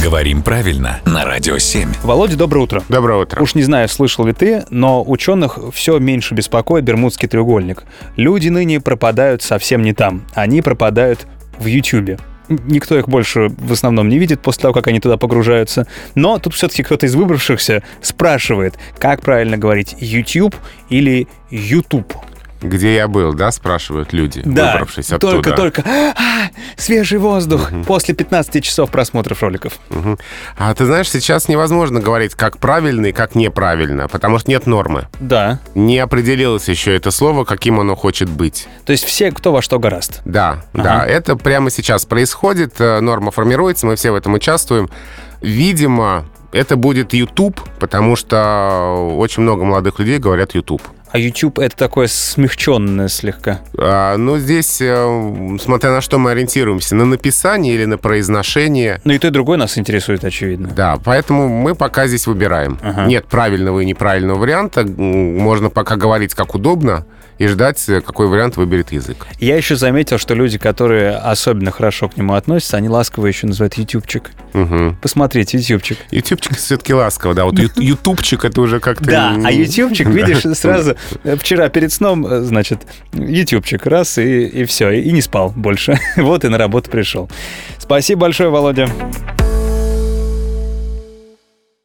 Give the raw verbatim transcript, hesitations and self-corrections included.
Говорим правильно на Радио семь. Володя, доброе утро. Доброе утро. Уж не знаю, слышал ли ты, но ученых все меньше беспокоит Бермудский треугольник. Люди ныне пропадают совсем не там. Они пропадают в Ютьюбе. Никто их больше в основном не видит после того, как они туда погружаются. Но тут все-таки кто-то из выбравшихся спрашивает, как правильно говорить, YouTube или YouTube. Где я был, да, спрашивают люди, да, выбравшись оттуда. Только-только. А, свежий воздух угу. после пятнадцати часов просмотров роликов. Угу. А ты знаешь, сейчас невозможно говорить, как правильно и как неправильно, потому что нет нормы. Да. Не определилось еще это слово, каким оно хочет быть. То есть все, кто во что гораст. Да, ага. да. Это прямо сейчас происходит, норма формируется, мы все в этом участвуем. Видимо, это будет YouTube, потому что очень много молодых людей говорят YouTube. А YouTube — это такое смягченное слегка. А, ну, здесь, э, смотря на что мы ориентируемся, на написание или на произношение. Ну, и то, и другое нас интересует, очевидно. Да, поэтому мы пока здесь выбираем. Ага. Нет правильного и неправильного варианта. Можно пока говорить как удобно и ждать, какой вариант выберет язык. Я еще заметил, что люди, которые особенно хорошо к нему относятся, они ласково еще называют ютубчик. Угу. Посмотрите, ютубчик. Ютубчик все-таки ласково, да. Вот ютубчик это уже как-то... Да, а ютубчик, видишь, сразу вчера перед сном, значит, ютубчик, раз, и, и все, и не спал больше. Вот и на работу пришел. Спасибо большое, Володя.